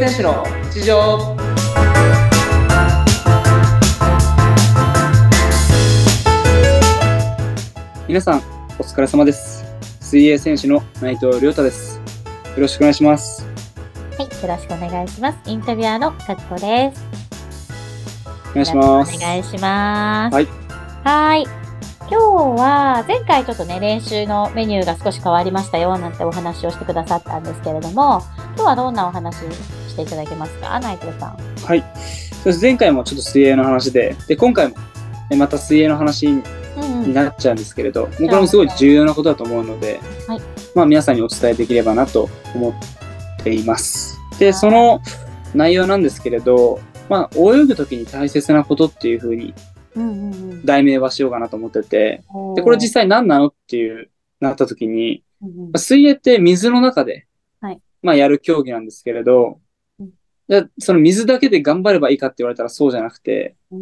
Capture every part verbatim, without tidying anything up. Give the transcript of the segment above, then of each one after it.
選手の日常。皆さんお疲れ様です。水泳選手の内藤亮太です。よろしくお願いします。 はい、よろしくお願いします。インタビュアーのかつこです。 お願いします。 お願いします。 はい。 はい。今日は前回ちょっとね、練習のメニューが少し変わりましたよなんてお話をしてくださったんですけれども、今日はどんなお話していただけますか、内藤さん。 はい。そして前回もちょっと水泳の話で、で今回もまた水泳の話になっちゃうんですけれど、うんうん、もうこれもすごい重要なことだと思うので、はい、まあ皆さんにお伝えできればなと思っています。で、その内容なんですけれど、まあ泳ぐときに大切なことっていう風に題名はしようかなと思ってて、でこれ実際何なのっていうなったときに、うんうん、水泳って水の中で、はい、まあやる競技なんですけれど、うん、でその水だけで頑張ればいいかって言われたらそうじゃなくて、うん、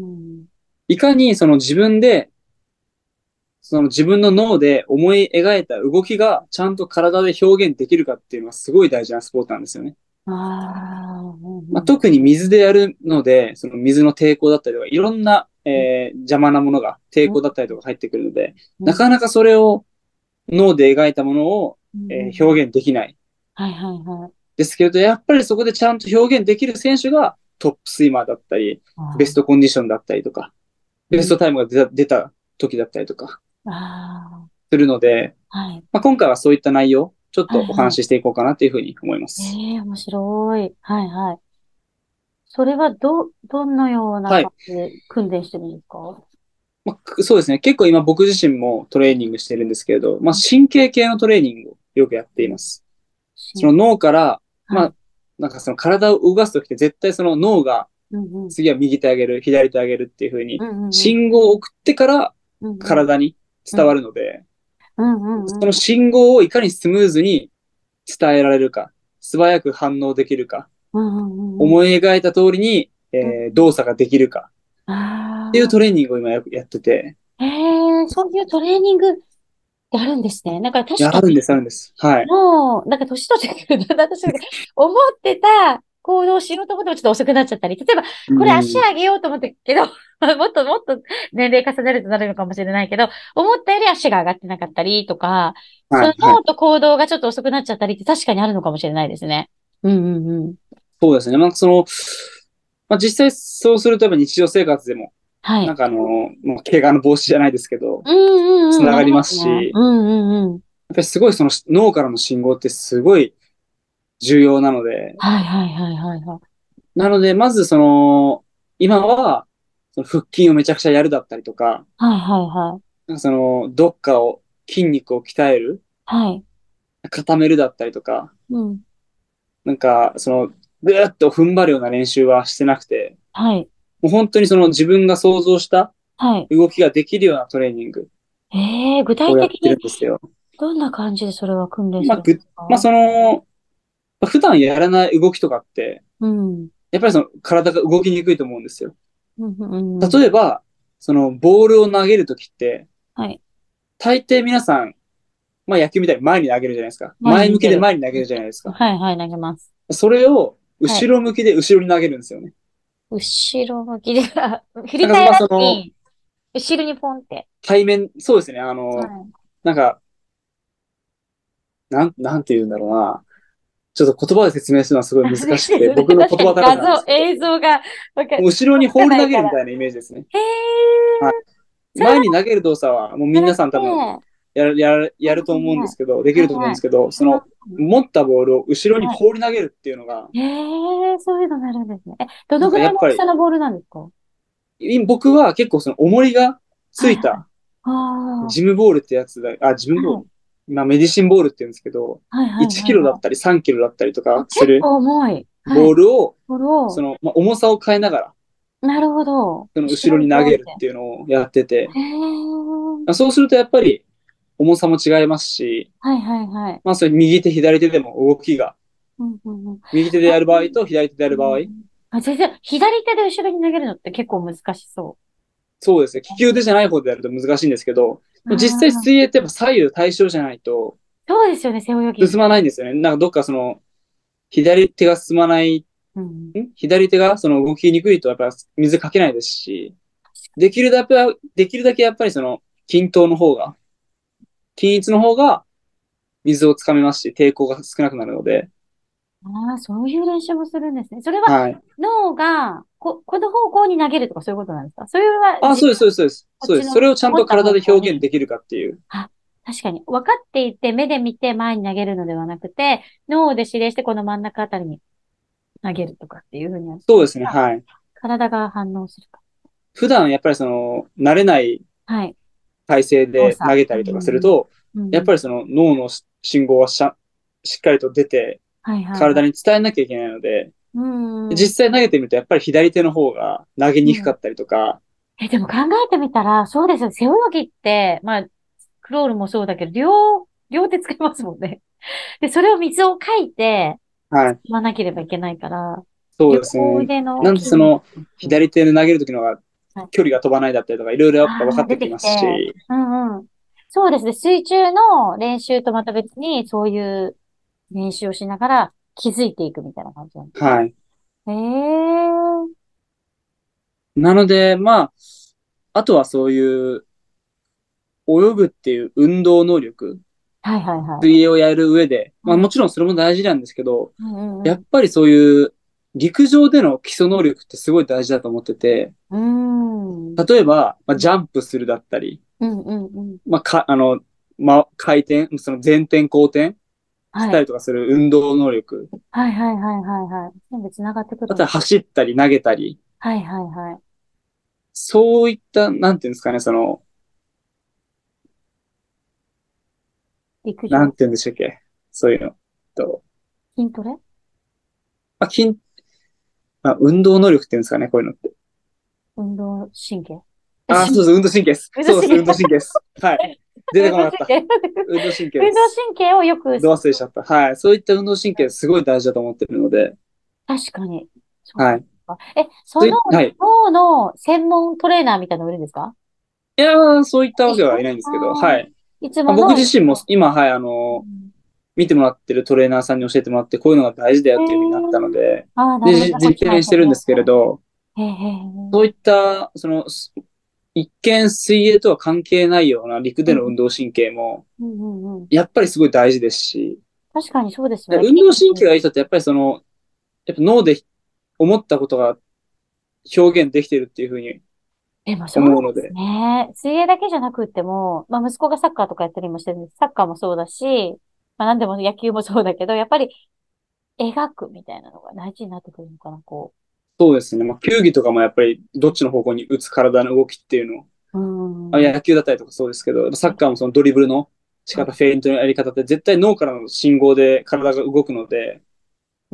いかにその自分でその自分の脳で思い描いた動きがちゃんと体で表現できるかっていうのはすごい大事なスポーツなんですよね。あまあ、特に水でやるので、その水の抵抗だったりとか、いろんな、えー、邪魔なものが抵抗だったりとか入ってくるので、うん、なかなかそれを脳で描いたものを、えー、表現できない。はいはいはい。ですけれど、やっぱりそこでちゃんと表現できる選手がトップスイマーだったり、ベストコンディションだったりとか、ベストタイムが出た、出た時だったりとか、するので、はいまあ、今回はそういった内容、ちょっとお話ししていこうかなというふうに思います。 はいはい、ええー、面白い。はいはい。それはど、どのような感じで訓練してるんですか？はいまあ、そうですね。結構今僕自身もトレーニングしてるんですけれど、まあ、神経系のトレーニングをよくやっています。その脳から、まあ、なんかその体を動かすときって絶対その脳が、次は右手上げる、左手上げるっていうふうに、信号を送ってから体に伝わるので、その信号をいかにスムーズに伝えられるか、素早く反応できるか、思い描いた通りに、えー、動作ができるか、っていうトレーニングを今やってて。 へえ、そういうトレーニングってあるんですね。なんか確かに。 あるんです、あるんです。はい。 もう、なんか年取ってくると、私が思ってた行動をしようと思ってもちょっと遅くなっちゃったり、例えば、これ足上げようと思ってけど、もっともっと年齢重ねるとなるのかもしれないけど、思ったより足が上がってなかったりとか、はい、その脳と行動がちょっと遅くなっちゃったりって確かにあるのかもしれないですね。うんうんうん。 そうですね。まあ、その、まあ、実際そうするとやっぱ日常生活でも、はい、なんかあの、もう怪我の防止じゃないですけど、つながりますし、うんうんうん、やっぱりすごいその脳からの信号ってすごい重要なので、 はいはいはいはいはい。 なので、まずその、今は、その腹筋をめちゃくちゃやるだったりとか、 はいはいはい。 なんかその、どっかを、筋肉を鍛える、はい。固めるだったりとか、うん。なんか、その、ぐーっと踏ん張るような練習はしてなくて、はい。もう本当にその自分が想像した動きができるようなトレーニングええ、具体をやっ的にてるんですよ。 どんな感じでそれは訓練すまあ、 るんですか？ ぐまあ、その、普段やらない動きとかって、うん。やっぱりその体が動きにくいと思うんですよ。うんうんうん、例えば、そのボールを投げるときって、はい。大抵皆さん、まあ野球みたいに前に投げるじゃないですか。前向きで前に投げるじゃないですか。 はいはい、投げます。 それを後ろ向きで後ろに投げるんですよね。 はい、後ろ向きで、振り返らずに、後ろにポンって。 対面、そうですね。あの、はい、なんか、なん、なんて言うんだろうな。ちょっと言葉で説明するのはすごい難しくて、僕の言葉だけなんですけど。 画像、映像が、 後ろに放り投げるみたいなイメージですね。へー。はい、前に投げる動作は、もう皆さん多分やる、やる、やると思うんですけど、できると思うんですけど、その、持ったボールを後ろに放り投げるっていうのが。 へー、そういうのなるんですね。え、どのぐらいの大きさのボールなんですか？ 僕は結構その重りがついた、ジムボールってやつだ、あ、ジムボール。まあ、メディシンボールって言うんですけど、はいはいはいはい、いちキロだったりさんキロだったりとかするボールを、はい、その、まあ、重さを変えながら、 なるほど。 その後ろに投げるっていうのをやってて、そうするとやっぱり重さも違いますし、はいはいはい、まあそれ右手左手でも動きが、うんうんうん、右手でやる場合と左手でやる場合、うん、 あ、全然左手で後ろに投げるのって結構難しそう。 そうですね。利き腕じゃない方でやると難しいんですけど、実際水泳ってやっぱ左右対称じゃないと、 そうですよね、背泳ぎ。 進まないんですよね。なんかどっかその、左手が進まないうん、 左手がその動きにくいとやっぱり水かけないですし、できるだけ、できるだけやっぱりその均等の方が、均一の方が水をつかめますし、抵抗が少なくなるので。 ああ、そういう練習もするんですね。それははい。 脳がこ、この方向に投げるとかそういうことなんですか？それはあ、 じ、 そうです、そうです、そうです。そうです。そこっちのれをちゃんと思った方体で表現向に。 できるかっていう。 あ、確かに。分かっていて、目で見て前に投げるのではなくて、脳で指令してこの真ん中あたりに投げるとかっていうふうにやっそうですね、 たら、 はい。 体が反応するか。 普段やっぱりその、慣れないはい。 体勢動作。 で投げたりとかするうん。 と、 うんうん。 やっぱりその脳の信号はしゃしっかりと出て、 はいはいはい。 体に伝えなきゃいけないので、 うん。 実際投げてみるとやっぱり左手の方が投げうん。 にくかったりとか、 え、でも考えてみたら、そうですよ。背泳ぎって、まあ、クロールもそうだけど、両、両手使いますもんね。で、それを水をかいて、 はい。 使わなければいけないから、両そうですね。 腕のなんで筋肉その、 が必要。 左手で投げるときの方がはい。 距離が飛ばないだったりとか、いろいろやっぱ分かああ、出てきて、 ってきますし、 うんうん。そうですね。水中の練習とまた別に、そういう練習をしながら気づいていくみたいな感じなんですね。 はい。 へえ。 なので、まあ、あとはそういう泳ぐっていう運動能力、 はいはいはい。 水泳をやる上で、まあうん。 もちろんそれも大事なんですけど、 うんうんやっぱりそういう陸上での基礎能力ってすごい大事だと思ってて、 うん。うーん。 例えば、まあ、 うんジャンプするだったり、 うんうんうん。 まあ、か、あの、ま、回転、その前転後転しはい。 たりとかする運動能力、 はいはいはいはいはい。全部繋がってくるあとはんだ。 走ったり投げたり、 はいはいはい。 そういった、なんていうんですかね、その、 陸上、 なんていうんでしたっけ、そういうの。と、 筋トレ、 まあ、筋、まあ、運動能力っていうんですかね、こういうのって。 運動神経。え、 あ、 神、 そうです、運動神経です。そうです、運運動神経。 動神経です。はい。出て運こなかった。 動神経。 運動神経で運動す。 神経をよく、 ど忘れしちゃった。はい。そういった運動神経すごい大事だと思ってるので、 確かに。そうか。 はい。 え、そのそうい、はい。 脳の専門トレーナーみたいなのいるんですか？ いやー、そういったわけはい一緒、 ないんですけど、 ああー、 はい。 いつまあ、 もの、 僕自身も今、はい、あの、 うん、 見てもらってるトレーナーさんに教えてもらって、こういうのが大事だよえっていうふうになったのー、 で、 ああ、なで、 るほど。 じ実こっちのやつ践してるんですけれど、 ね。へえ、へえ、 そういった、その、す一見水泳とは関係ないような陸うん、 での運動神経も、 うん、うん、うん。 やっぱりすごい大事ですし、 確かにそうですよね。 で運動神経がいい人って、やっぱりその、やっぱ脳で思ったことが表現できてるっていうふうにでもそうです思うので、 ね。水泳だけじゃなくっても、まあ息子がサッカーとかやったりもしてるんです。サッカーもそうだし、まあ何でも野球もそうだけど、やっぱり描くみたいなのが大事になってくるのかな、こそうですね。まあ、球技とかもやっぱりどっちの方向に打つ体の動きっていうのを、 う。うあ、 ーん。 野球だったりとかそうですけど、サッカーもそのドリブルの仕そう、 方、フェイントのやり方って絶対脳からの信号で体が動くので、 うん。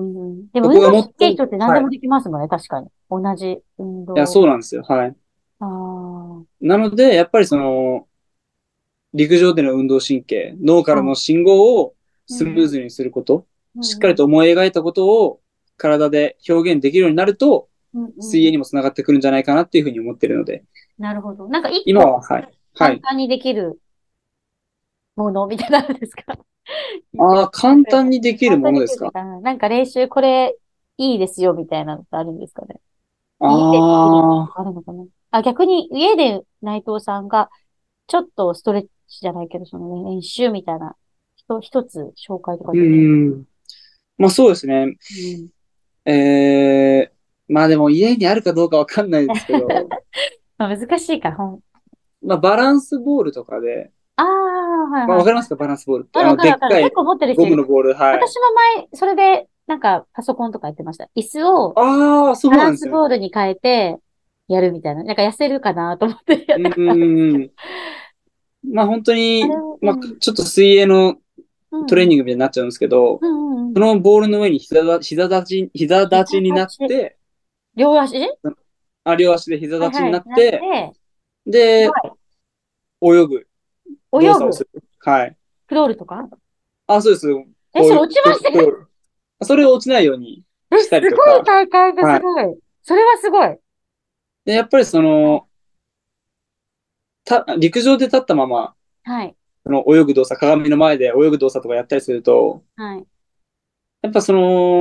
でもそこ運動がもっと、 神経痛って何ではい。 もできますもんね、確かに。同じ運いや、 動。 そうなんですよ。はい。 ああ。 なので、やっぱりその、陸上での運動神経、脳からはい。 の信号をスムーうんうん。 ズにすること、しっかりうんうん。 と思い描いたことを体で表現できるようになると、 うんうん。 水泳にもつながってくるんじゃないかなっていうふうに思ってるので、 なるほど。なんか一今は、 個はい。はい。 簡単にできるものみたいなのですか？一応、 ああ、簡単にできる簡単にできるものですか？ っていうか、なんか練習これいいですよみたいなのってあるんですかね。 あ家でできるのあ、 あるのかな。あ、逆に家で内藤さんがちょっとストレッチじゃないけど、その、ね、練習みたいな、ひと一つ紹介とかうできる。 ん。まあそうですね。 うん。 えー、まあでも家にあるかどうかわかんないですけど、 まあ難しいか、ほん。 まあバランスボールとかで、 ああ、はいはい。 まあわかりますかバランスボールって。 あるあの、 わかるわかる。結でっかい構持ってる人いる。 ゴムのボール、はい。 私も前、それで、なんか、パソコンとかやってました。椅子をああ、そうバランスなんですね。 ボールに変えて、やるみたいな。なんか痩せるかなと思ってやっうたことある。 ん。まあ本当に、 あれを、うまあん、 ちょっと水泳のうん、 トレーニングみたいになっちゃうんですけど、 うん、うん。うん、 そのボールの上に膝だ、膝立ち、膝立ち膝になっ立ち。 て、 両足はいあ、両足で膝立ちになはい。なっって、 て、すごで、泳ぐい。泳ぐ。 動作をする。はい。 クロールとか。 あ、そうです。 え、 こういう、 それ落ちまクしたね。 クロール。それを落ちないようにえ、 したすごりとか。 い大会がはい。 すごい。それはすごい。 で、やっぱりその、た、陸上で立ったまま、 はい。 その泳ぐ動作、鏡の前で泳ぐ動作とかやったりすると、 はい。 やっぱその、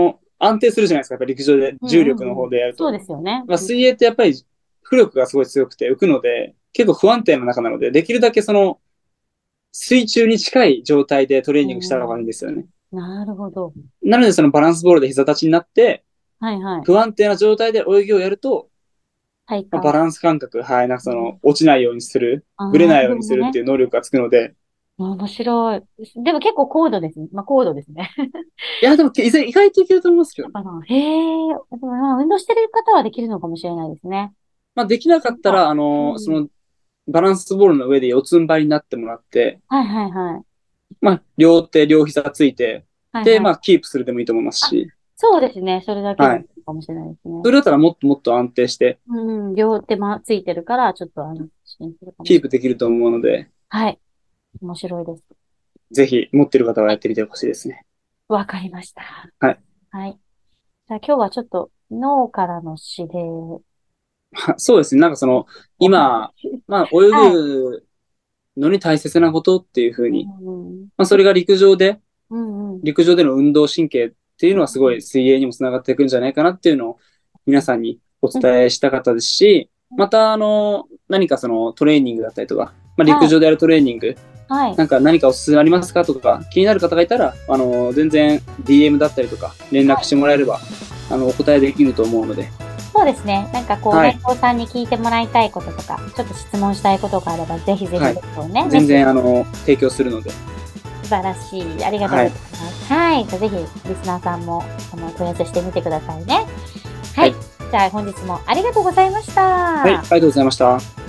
安定するじゃないですか。やっぱり陸上で、重力の方でやると。 うんうんうん、そうですよね。 まあ、水泳ってやっぱり浮力がすごい強くて浮くので、結構不安定な中なので、できるだけその、水中に近い状態でトレーニングした方がいいんですよね。 うん、なるほど。 なので、そのバランスボールで膝立ちになって、 はいはい。 不安定な状態で泳ぎをやると、 はいまあ、バランス感覚、はい、なんかその、落ちないようにする、ぶれないようにするっていう能力がつくので。 面白い。でも結構高度ですね。まあ高度ですね。 いや、でも意外といけると思いますけど。 へえ、まあ、運動してる方はできるのかもしれないですね。 まあ、できなかったら、あの、うん、その、バランスボールの上で四つん這いになってもらって、 はいはいはい。 まあ、両手、両膝ついて、はいはい、で、まあ、キープするでもいいと思いますし。 そうですね。それだけでもいいかもしれないですね。はい、 それだったらもっともっと安定して。 うん、両手もついてるから、ちょっと安心するかもしれない。 キープできると思うので。 はい。面白いです。 ぜひ、持ってる方はやってみてほしいですね。 わかりました。 はい。 はい。じゃあ今日はちょっと脳からの指令。 そうですね。なんかその、今、まあ、泳ぐのに大切なことっていうふうに、まあ、それが陸上で、陸上での運動神経っていうのはすごい水泳にもつながっていくんじゃないかなっていうのを皆さんにお伝えしたかったですし、また、あの、何かそのトレーニングだったりとか、まあ、陸上でやるトレーニング、はい、なんか何かおすすめありますかとか、気になる方がいたら、あの、全然 ディーエム だったりとか、連絡してもらえれば、あの、お答えできると思うので。 そうですね。なんかこう、内藤さんに聞いてもらいたいこととか、ちょっと質問したいことがあれば、ぜひぜひですよね。 はい、全然、あの、提供するので。 素晴らしい。ありがとうございます。はい。はい、ぜひ、リスナーさんも、あの、問い合わせしてみてくださいね。はい。はい、じゃあ、本日もありがとうございました。 はい。ありがとうございました。